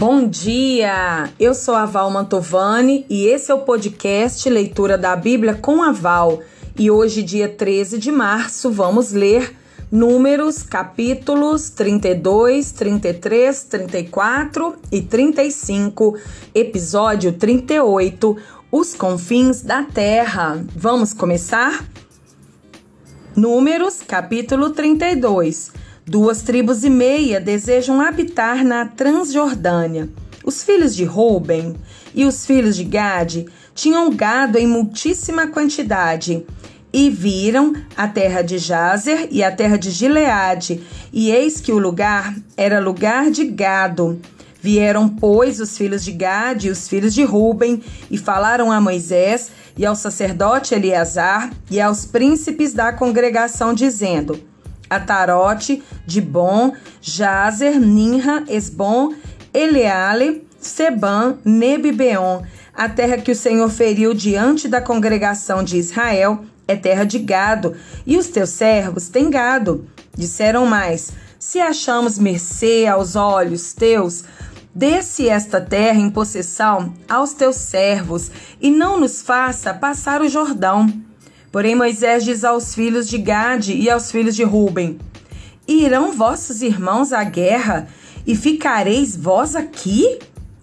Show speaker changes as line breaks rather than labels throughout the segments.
Bom dia! Eu sou a Val Mantovani e esse é o podcast Leitura da Bíblia com a Val. E hoje, dia 13 de março, vamos ler Números, capítulos 32, 33, 34 e 35, episódio 38, Os Confins da Terra. Vamos começar? Números, capítulo 32. 2,5 tribos desejam habitar na Transjordânia. Os filhos de Ruben e os filhos de Gade tinham gado em muitíssima quantidade e viram a terra de Jazer e a terra de Gileade, e eis que o lugar era lugar de gado. Vieram, pois, os filhos de Gade e os filhos de Ruben e falaram a Moisés e ao sacerdote Eleazar e aos príncipes da congregação, dizendo: Atarote, Dibon, Jazer, Ninra, Esbom, Eleale, Sebam, Nebibeon. A terra que o Senhor feriu diante da congregação de Israel é terra de gado, e os teus servos têm gado. Disseram mais: se achamos mercê aos olhos teus, desce esta terra em possessão aos teus servos, e não nos faça passar o Jordão. Porém Moisés diz aos filhos de Gade e aos filhos de Ruben: irão vossos irmãos à guerra, e ficareis vós aqui?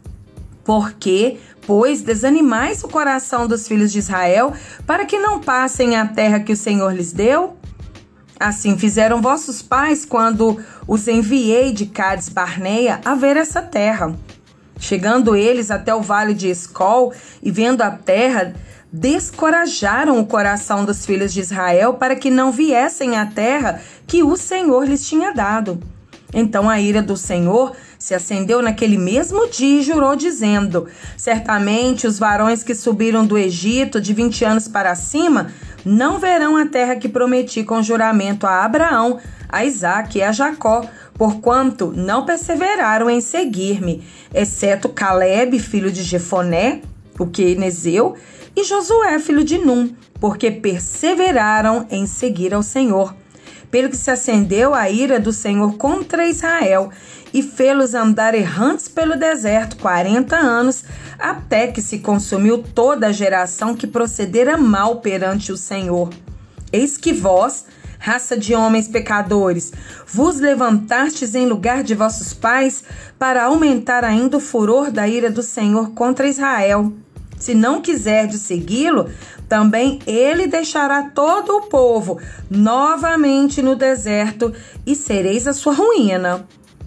Porque, pois, desanimais o coração dos filhos de Israel, para que não passem a terra que o Senhor lhes deu? Assim fizeram vossos pais quando os enviei de Cades Barneia a ver essa terra. Chegando eles até o vale de Escol e vendo a terra, descorajaram o coração dos filhos de Israel para que não viessem à terra que o Senhor lhes tinha dado. Então a ira do Senhor se acendeu naquele mesmo dia e jurou, dizendo: certamente os varões que subiram do Egito de 20 anos para cima não verão a terra que prometi com juramento a Abraão, a Isaque e a Jacó, porquanto não perseveraram em seguir-me, exceto Caleb, filho de Jefoné, o quenezeu, e Josué, filho de Num, porque perseveraram em seguir ao Senhor. Pelo que se acendeu a ira do Senhor contra Israel, e fê-los andar errantes pelo deserto 40 anos, até que se consumiu toda a geração que procedera mal perante o Senhor. Eis que vós, raça de homens pecadores, vos levantastes em lugar de vossos pais, para aumentar ainda o furor da ira do Senhor contra Israel. Se não quiserdes segui-lo, também ele deixará todo o povo novamente no deserto, e sereis a sua ruína.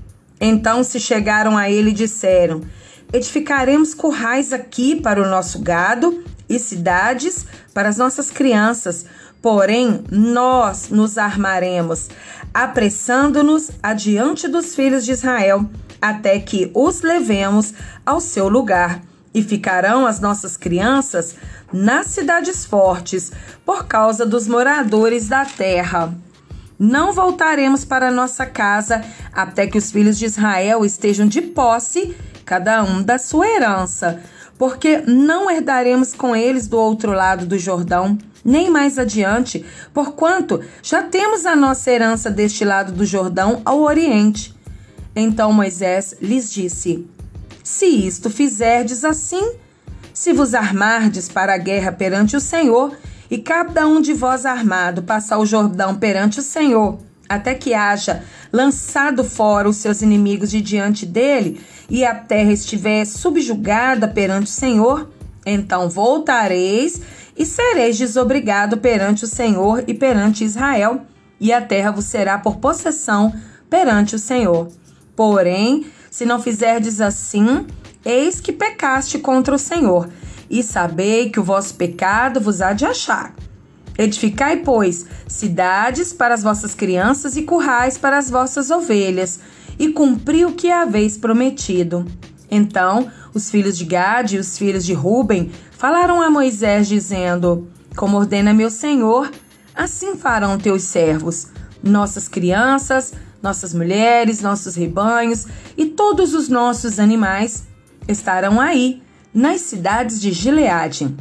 Então se chegaram a ele e disseram: edificaremos currais aqui para o nosso gado e cidades para as nossas crianças, porém nós nos armaremos, apressando-nos adiante dos filhos de Israel, até que os levemos ao seu lugar. E ficarão as nossas crianças nas cidades fortes, por causa dos moradores da terra. Não voltaremos para nossa casa, até que os filhos de Israel estejam de posse, cada um da sua herança, porque não herdaremos com eles do outro lado do Jordão, nem mais adiante, porquanto já temos a nossa herança deste lado do Jordão ao oriente. Então Moisés lhes disse: se isto fizerdes assim, se vos armardes para a guerra perante o Senhor, e cada um de vós armado passar o Jordão perante o Senhor, até que haja lançado fora os seus inimigos de diante dele, e a terra estiver subjugada perante o Senhor, então voltareis e sereis desobrigado perante o Senhor e perante Israel, e a terra vos será por possessão perante o Senhor. Porém, se não fizerdes assim, eis que pecaste contra o Senhor, e sabei que o vosso pecado vos há de achar. Edificai, pois, cidades para as vossas crianças e currais para as vossas ovelhas, e cumpri o que haveis prometido. Então os filhos de Gade e os filhos de Ruben falaram a Moisés, dizendo: como ordena meu Senhor, assim farão teus servos, nossas crianças, nossas mulheres, nossos rebanhos e todos os nossos animais estarão aí, nas cidades de Gileade.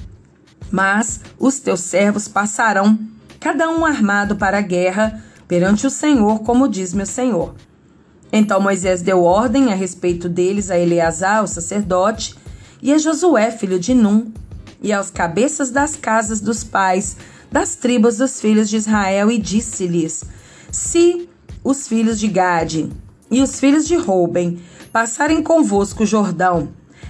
Mas os teus servos passarão, cada um armado para a guerra, perante o Senhor, como diz meu Senhor. Então Moisés deu ordem a respeito deles a Eleazar, o sacerdote, e a Josué, filho de Num, e aos cabeças das casas dos pais das tribos dos filhos de Israel, e disse-lhes: Se os filhos de Gade e os filhos de Rúben passarem convosco o Jordão,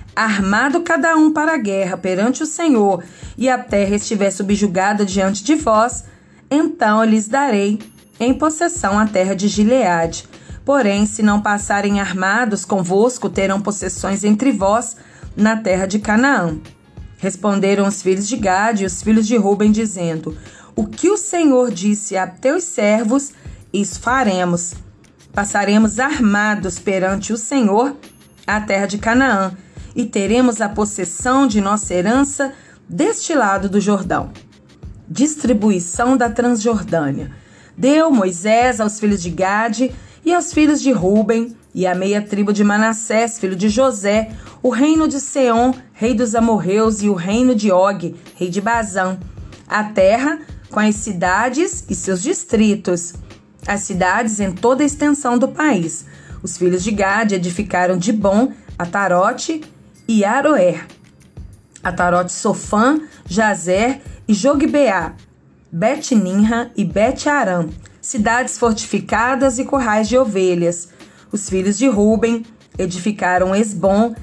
armado cada um para a guerra perante o Senhor, e a terra estiver subjugada diante de vós, então lhes darei em possessão a terra de Gileade. Porém, se não passarem armados convosco, terão possessões entre vós na terra de Canaã. Responderam os filhos de Gade e os filhos de Rúben, dizendo: O que o Senhor disse a teus servos, isso faremos. Passaremos armados perante o Senhor a terra de Canaã, e teremos a possessão de nossa herança deste lado do Jordão. Distribuição da Transjordânia. Deu Moisés aos filhos de Gade e aos filhos de Rúben e à meia tribo de Manassés, filho de José, o reino de Seom, rei dos amorreus, e o reino de Og, rei de Bazã, a terra com as cidades e seus distritos, as cidades em toda a extensão do país. Os filhos de Gade edificaram Dibom, Atarote e Aroer, Atarote, Sofã, Jazer e Jogbeá, Bet-Nimra e Bet-Aram, cidades fortificadas e currais de ovelhas. Os filhos de Rúben edificaram Esbom,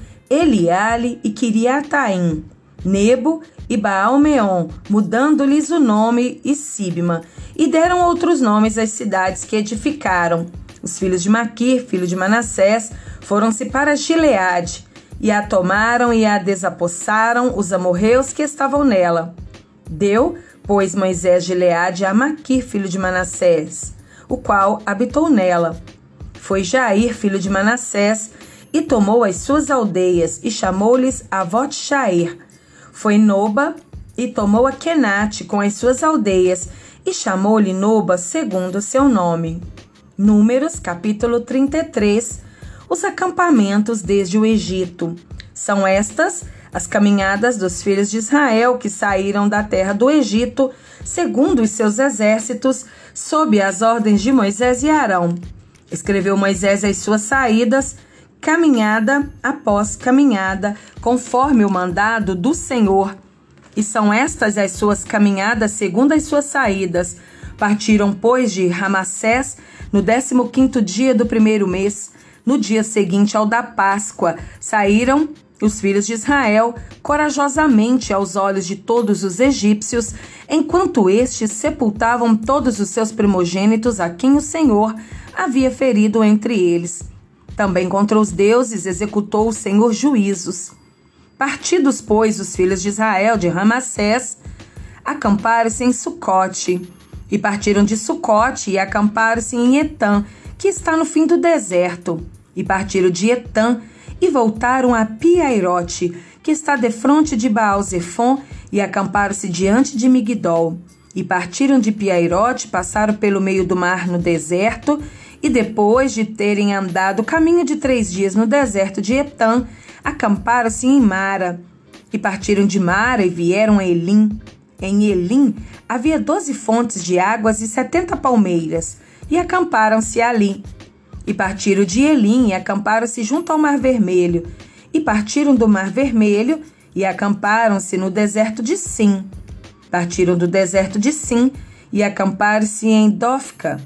Eliale e Quiriataim, Nebo e Baal-Meon, mudando-lhes o nome, e Sibma, e deram outros nomes às cidades que edificaram. Os filhos de Maquir, filho de Manassés, foram-se para Gileade, e a tomaram e a desapossaram os amorreus que estavam nela. Deu, pois, Moisés Gileade a Maquir, filho de Manassés, o qual habitou nela. Foi Jair, filho de Manassés, e tomou as suas aldeias, e chamou-lhes Avot-Jair. Foi Noba, e tomou a Quenate com as suas aldeias, e chamou-lhe Noba segundo seu nome. Números, capítulo 33. Os acampamentos desde o Egito. São estas as caminhadas dos filhos de Israel que saíram da terra do Egito, segundo os seus exércitos, sob as ordens de Moisés e Arão. Escreveu Moisés as suas saídas, caminhada após caminhada, conforme o mandado do Senhor. E são estas as suas caminhadas segundo as suas saídas. Partiram, pois, de Ramassés no 15º dia do primeiro mês, no dia seguinte ao da Páscoa. Saíram os filhos de Israel corajosamente aos olhos de todos os egípcios, enquanto estes sepultavam todos os seus primogênitos a quem o Senhor havia ferido entre eles. Também contra os deuses executou o Senhor juízos. Partidos, pois, os filhos de Israel de Ramassés, acamparam-se em Sucote, e partiram de Sucote e acamparam-se em Etã, que está no fim do deserto, e partiram de Etã e voltaram a Piairote, que está defronte de Baal-Zefon, e acamparam-se diante de Migdol. E partiram de Piairote, passaram pelo meio do mar no deserto, e depois de terem andado o caminho de 3 dias no deserto de Etã, acamparam-se em Mara. E partiram de Mara e vieram a Elim. Em Elim havia 12 fontes de águas e 70 palmeiras, e acamparam-se ali. E partiram de Elim e acamparam-se junto ao Mar Vermelho. E partiram do Mar Vermelho e acamparam-se no deserto de Sim. Partiram do deserto de Sim e acamparam-se em Dófica.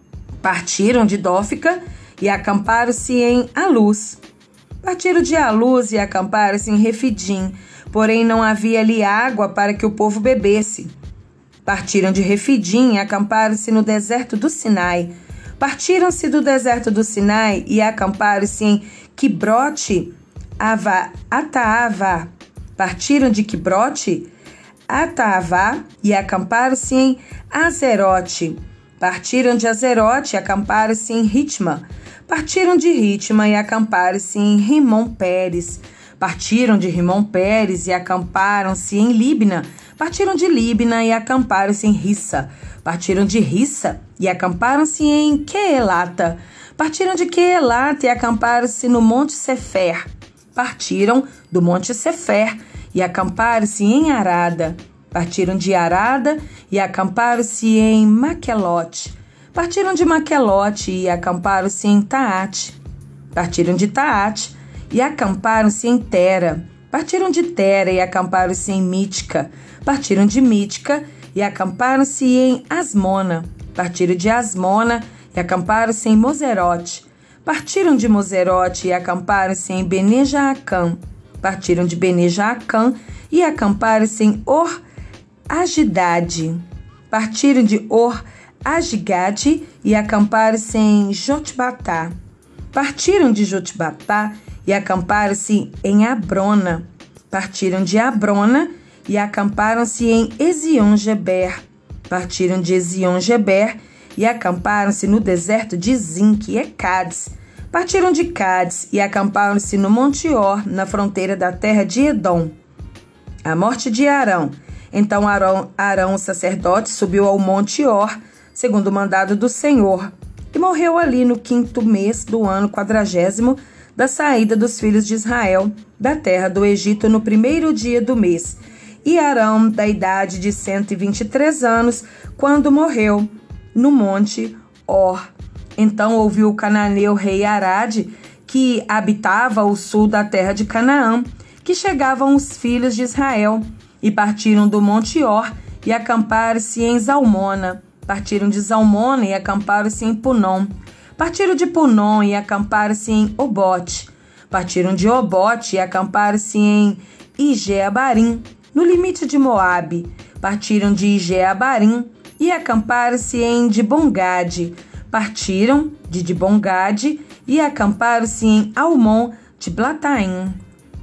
Partiram de Dófica e acamparam-se em Alus. Partiram de Alus e acamparam-se em Refidim, porém não havia ali água para que o povo bebesse. Partiram de Refidim e acamparam-se no deserto do Sinai. Partiram-se do deserto do Sinai e acamparam-se em Quibrote Ataavá. Partiram de Quibrote Ataavá e acamparam-se em Azerote. Partiram de Azerote e acamparam-se em Ritma. Partiram de Ritma e acamparam-se em Rimon-Pérez. Partiram de Rimon-Pérez e acamparam-se em Libna. Partiram de Libna e acamparam-se em Rissa. Partiram de Rissa e acamparam-se em Queelata. Partiram de Queelata e acamparam-se no Monte Sefer. Partiram do Monte Sefer e acamparam-se em Arada. Partiram de Arada e acamparam-se em Maquelote. Partiram de Maquelote e acamparam-se em Taate. Partiram de Taate e acamparam-se em Tera. Partiram de Tera e acamparam-se em Mítica. Partiram de Mítica e acamparam-se em Asmona. Partiram de Asmona e acamparam-se em Moserote. Partiram de Moserote e acamparam-se em Bene-Jaacã. Partiram de Bene-Jaacã e acamparam-se em Or-Agidade. Partiram de Or-Agigade e acamparam-se em Jotbatá. Partiram de Jotbatá e acamparam-se em Abrona. Partiram de Abrona e acamparam-se em Ezion-Geber. Partiram de Ezion-Geber e acamparam-se no deserto de Zin, que é Cádiz. Partiram de Cádiz e acamparam-se no Monte Or, na fronteira da terra de Edom. A morte de Arão. Então Arão, o sacerdote, subiu ao Monte Or, segundo o mandado do Senhor, e morreu ali no 5º mês do ano 40º da saída dos filhos de Israel da terra do Egito, no 1º dia do mês. E Arão, da idade de 123 anos, quando morreu no Monte Or. Então ouviu o cananeu rei Arade, que habitava ao sul da terra de Canaã, que chegavam os filhos de Israel, e partiram do Monte Or e acamparam-se em Zalmona. Partiram de Zalmona e acamparam-se em Punom. Partiram de Punom e acamparam-se em Obote. Partiram de Obote e acamparam-se em Ijeabarim, no limite de Moabe. Partiram de Ijeabarim e acamparam-se em Dibongade. Partiram de Dibongade e acamparam-se em Almon de Blataim.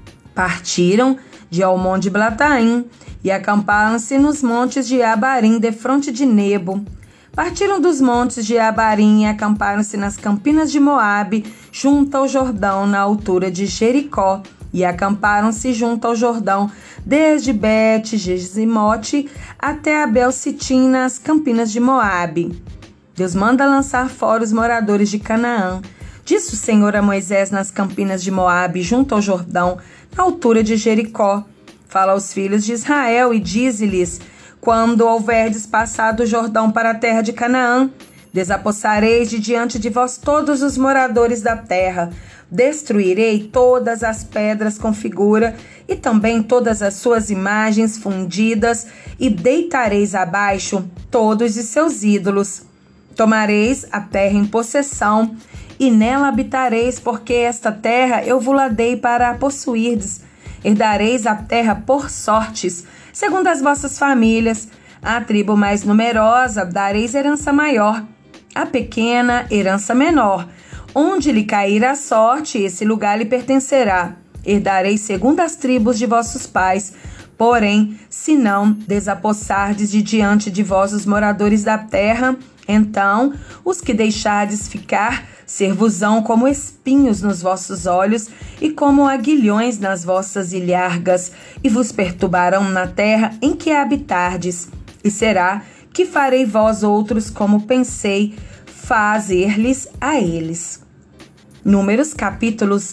Partiram de Almon de Blataim e acamparam-se nos montes de Abarim, defronte de Nebo. Partiram dos montes de Abarim e acamparam-se nas campinas de Moabe, junto ao Jordão, na altura de Jericó. E acamparam-se junto ao Jordão, desde Bet-Gesimote até Abel-Sitim, nas campinas de Moabe. Deus manda lançar fora os moradores de Canaã. Disse o Senhor a Moisés nas campinas de Moabe, junto ao Jordão, na altura de Jericó. Fala aos filhos de Israel e dize-lhes: quando houverdes passado o Jordão para a terra de Canaã, desapossareis de diante de vós todos os moradores da terra. Destruirei todas as pedras com figura e também todas as suas imagens fundidas, e deitareis abaixo todos os seus ídolos. Tomareis a terra em possessão e nela habitareis, porque esta terra eu vos dei para a possuirdes. Herdareis a terra por sortes, segundo as vossas famílias. À tribo mais numerosa dareis herança maior, à pequena herança menor. Onde lhe cair a sorte, esse lugar lhe pertencerá. Herdareis segundo as tribos de vossos pais. Porém, se não desapossardes de diante de vós os moradores da terra, então os que deixardes ficar ser-vos-ão como espinhos nos vossos olhos e como aguilhões nas vossas ilhargas, e vos perturbarão na terra em que habitardes. E será que farei vós outros como pensei fazer-lhes a eles. Números capítulos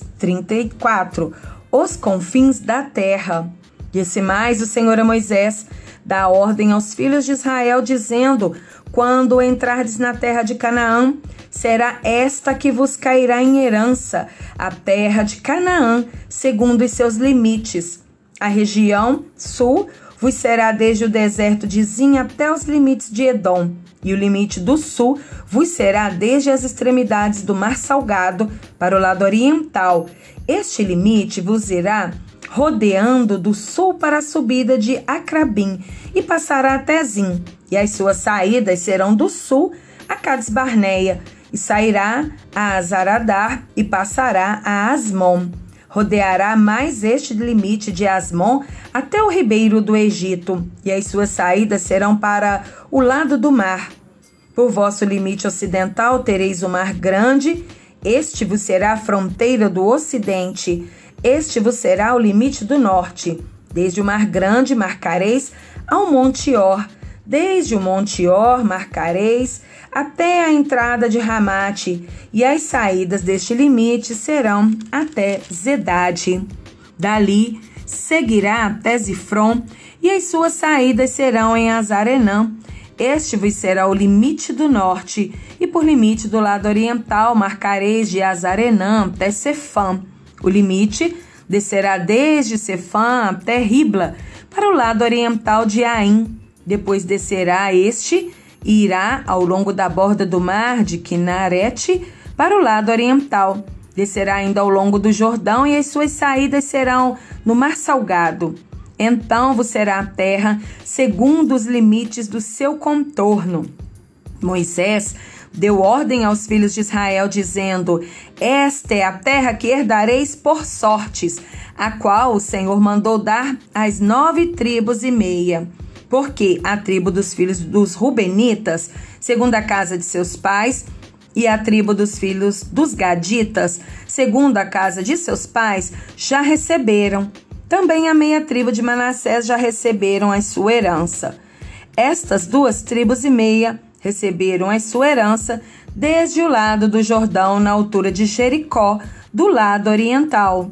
34. Os confins da terra. Disse mais o Senhor a Moisés: dá ordem aos filhos de Israel, dizendo: quando entrardes na terra de Canaã, será esta que vos cairá em herança, a terra de Canaã, segundo os seus limites. A região sul vos será desde o deserto de Zin até os limites de Edom, e o limite do sul vos será desde as extremidades do Mar Salgado para o lado oriental. Este limite vos irá rodeando do sul para a subida de Acrabim e passará até Zin, e as suas saídas serão do sul a Cades Barneia, e sairá a Azaradar e passará a Asmon. Rodeará mais este limite de Asmon até o ribeiro do Egito, e as suas saídas serão para o lado do mar. Por vosso limite ocidental tereis o mar grande, este vos será a fronteira do ocidente, este vos será o limite do norte. Desde o mar grande marcareis ao Monte Or, desde o Monte Or marcareis até a entrada de Ramate, e as saídas deste limite serão até Zedade. Dali seguirá até Zifron, e as suas saídas serão em Azarenã. Este vos será o limite do norte, e por limite do lado oriental marcareis de Azarenã até Sefã. O limite descerá desde Sefã até Ribla, para o lado oriental de Aim. Depois descerá este e irá ao longo da borda do mar de Quinarete para o lado oriental. Descerá ainda ao longo do Jordão e as suas saídas serão no Mar Salgado. Então vos será a terra segundo os limites do seu contorno. Moisés deu ordem aos filhos de Israel, dizendo: esta é a terra que herdareis por sortes, a qual o Senhor mandou dar às 9 tribos e meia. Porque a tribo dos filhos dos Rubenitas, segundo a casa de seus pais, e a tribo dos filhos dos Gaditas, segundo a casa de seus pais, já receberam. Também a meia tribo de Manassés já receberam a sua herança. Estas 2 tribos e meia receberam a sua herança desde o lado do Jordão, na altura de Jericó, do lado oriental.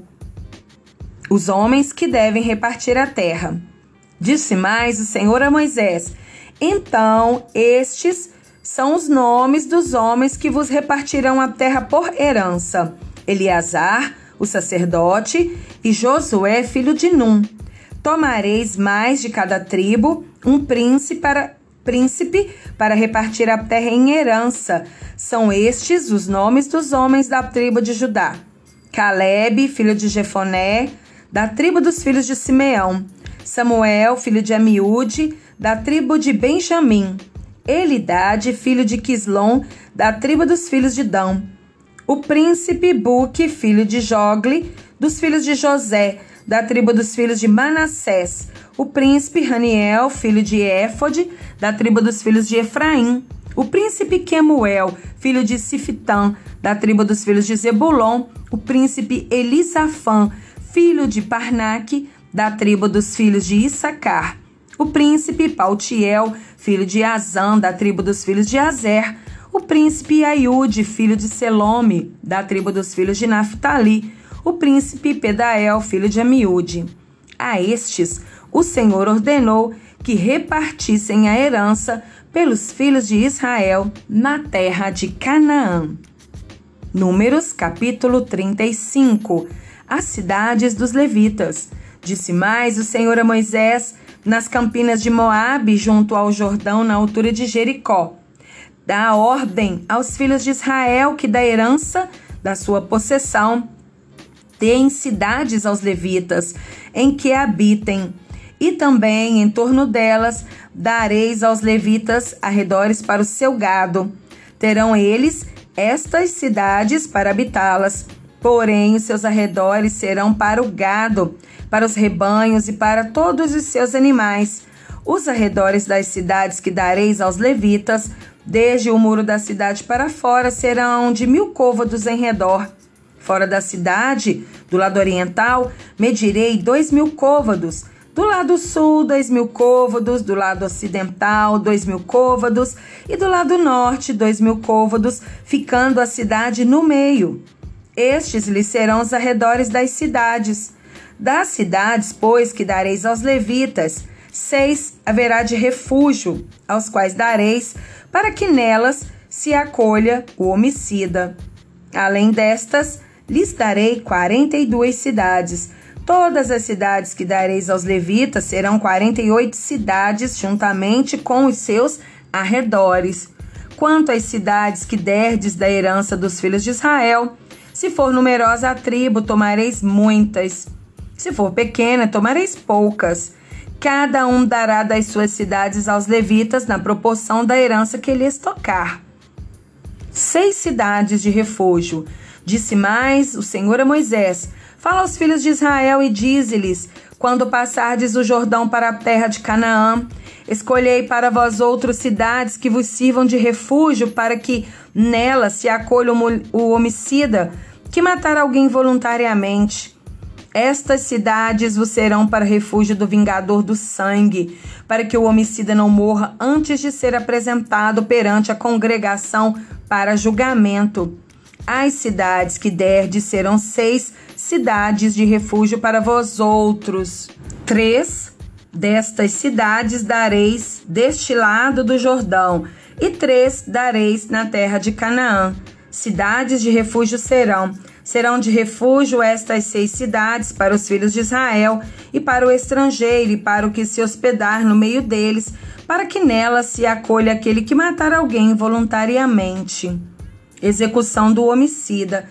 Os homens que devem repartir a terra. Disse mais o Senhor a Moisés: então estes são os nomes dos homens que vos repartirão a terra por herança: Eleazar, o sacerdote, e Josué, filho de Num. Tomareis mais de cada tribo um príncipe para repartir a terra em herança. São estes os nomes dos homens da tribo de Judá: Calebe, filho de Jefoné, da tribo dos filhos de Simeão; Samuel, filho de Amiúde, da tribo de Benjamim; Elidade, filho de Quislom, da tribo dos filhos de Dão; o príncipe Buque, filho de Jogli, dos filhos de José, da tribo dos filhos de Manassés; o príncipe Raniel, filho de Éfode, da tribo dos filhos de Efraim; o príncipe Quemuel, filho de Sifitã, da tribo dos filhos de Zebulon; o príncipe Elisafã, filho de Parnaque, da tribo dos filhos de Issacar; o príncipe Paltiel, filho de Azã, da tribo dos filhos de Azer; o príncipe Aiude, filho de Selome, da tribo dos filhos de Naphtali; o príncipe Pedael, filho de Amiúde. A estes o Senhor ordenou que repartissem a herança pelos filhos de Israel na terra de Canaã. Números, capítulo 35. As cidades dos levitas. Disse mais o Senhor a Moisés, nas campinas de Moabe, junto ao Jordão, na altura de Jericó: dá ordem aos filhos de Israel que da herança da sua possessão deem cidades aos levitas, em que habitem, e também em torno delas dareis aos levitas arredores para o seu gado. Terão eles estas cidades para habitá-las, porém os seus arredores serão para o gado, para os rebanhos e para todos os seus animais. Os arredores das cidades que dareis aos levitas, desde o muro da cidade para fora, serão de 1000 côvados em redor. Fora da cidade, do lado oriental, medirei 2000 côvados. Do lado sul, 2000 côvados. Do lado ocidental, 2000 côvados. E do lado norte, 2000 côvados, ficando a cidade no meio. Estes lhes serão os arredores das cidades. Das cidades, pois, que dareis aos levitas, 6 haverá de refúgio, aos quais dareis, para que nelas se acolha o homicida. Além destas, lhes darei 42 cidades. Todas as cidades que dareis aos levitas serão 48 cidades, juntamente com os seus arredores. Quanto às cidades que derdes da herança dos filhos de Israel, se for numerosa a tribo, tomareis muitas. Se for pequena, tomareis poucas. Cada um dará das suas cidades aos levitas na proporção da herança que lhes tocar. 6 cidades de refúgio. Disse mais o Senhor a Moisés: fala aos filhos de Israel e dize-lhes: quando passardes o Jordão para a terra de Canaã, escolhei para vós outras cidades que vos sirvam de refúgio, para que nelas se acolha o homicida que matar alguém voluntariamente. Estas cidades vos serão para refúgio do vingador do sangue, para que o homicida não morra antes de ser apresentado perante a congregação para julgamento. As cidades que derdes serão 6 cidades de refúgio para vós outros. 3 destas cidades dareis deste lado do Jordão, e 3 dareis na terra de Canaã. Cidades de refúgio serão de refúgio estas 6 cidades para os filhos de Israel, e para o estrangeiro, e para o que se hospedar no meio deles, para que nelas se acolha aquele que matar alguém voluntariamente. Execução do homicida.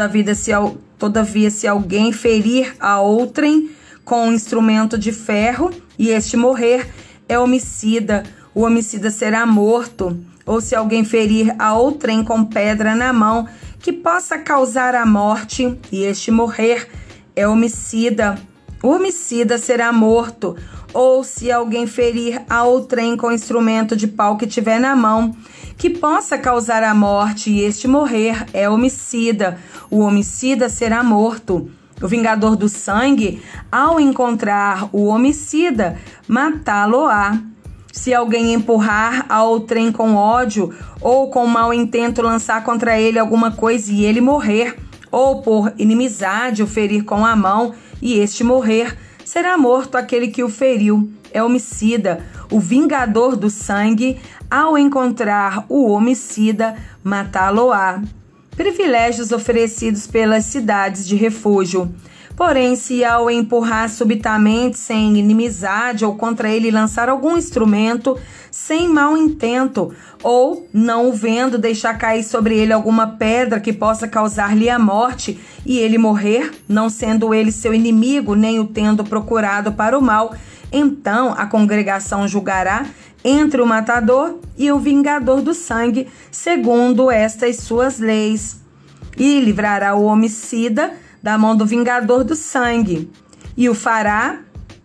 Todavia, se alguém ferir a outrem com um instrumento de ferro, e este morrer, é homicida. O homicida será morto. Ou se alguém ferir a outrem com pedra na mão, que possa causar a morte, e este morrer, é homicida. O homicida será morto. Ou se alguém ferir a outrem com instrumento de pau que tiver na mão, que possa causar a morte, e este morrer, é homicida. O homicida será morto. O vingador do sangue, ao encontrar o homicida, matá-lo-á. Se alguém empurrar a outrem com ódio, ou com mau intento lançar contra ele alguma coisa e ele morrer, ou por inimizade o ferir com a mão e este morrer, será morto aquele que o feriu. É homicida. O vingador do sangue, ao encontrar o homicida, matá-lo-á. Privilégios oferecidos pelas cidades de refúgio. Porém, se ao empurrar subitamente, sem inimizade, ou contra ele lançar algum instrumento, sem mau intento, ou, não o vendo, deixar cair sobre ele alguma pedra que possa causar-lhe a morte, e ele morrer, não sendo ele seu inimigo, nem o tendo procurado para o mal, então a congregação julgará entre o matador e o vingador do sangue, segundo estas suas leis, e livrará o homicida da mão do vingador do sangue, e o fará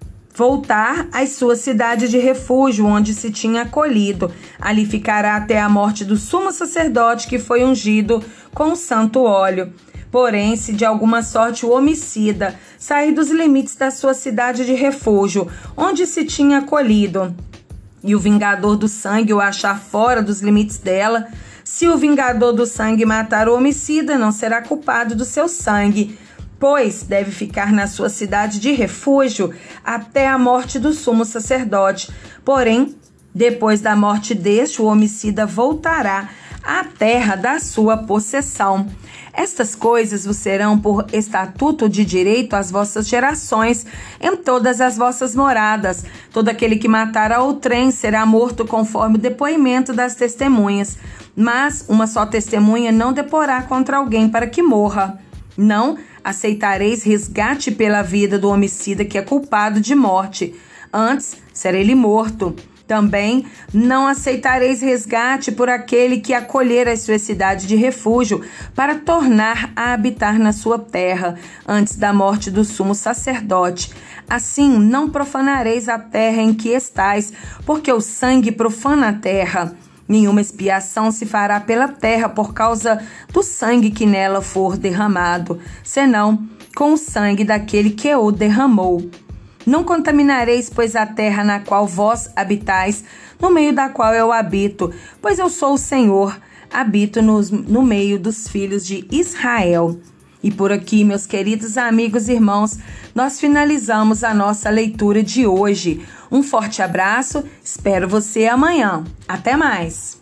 voltar às suas cidades de refúgio, onde se tinha acolhido. Ali ficará até a morte do sumo sacerdote, que foi ungido com o santo óleo. Porém, se de alguma sorte o homicida sair dos limites da sua cidade de refúgio, onde se tinha acolhido, e o vingador do sangue o achar fora dos limites dela, se o vingador do sangue matar o homicida, não será culpado do seu sangue, pois deve ficar na sua cidade de refúgio até a morte do sumo sacerdote. Porém, depois da morte deste, o homicida voltará à terra da sua possessão. Estas coisas vos serão por estatuto de direito às vossas gerações, em todas as vossas moradas. Todo aquele que matar a outrem será morto conforme o depoimento das testemunhas. Mas uma só testemunha não deporá contra alguém para que morra. Não aceitareis resgate pela vida do homicida que é culpado de morte. Antes, será ele morto. Também não aceitareis resgate por aquele que acolher as suas cidades de refúgio para tornar a habitar na sua terra, antes da morte do sumo sacerdote. Assim, não profanareis a terra em que estais, porque o sangue profana a terra. Nenhuma expiação se fará pela terra por causa do sangue que nela for derramado, senão com o sangue daquele que o derramou. Não contaminareis, pois, a terra na qual vós habitais, no meio da qual eu habito, pois eu sou o Senhor, habito no meio dos filhos de Israel. E por aqui, meus queridos amigos e irmãos, nós finalizamos a nossa leitura de hoje. Um forte abraço, espero você amanhã. Até mais!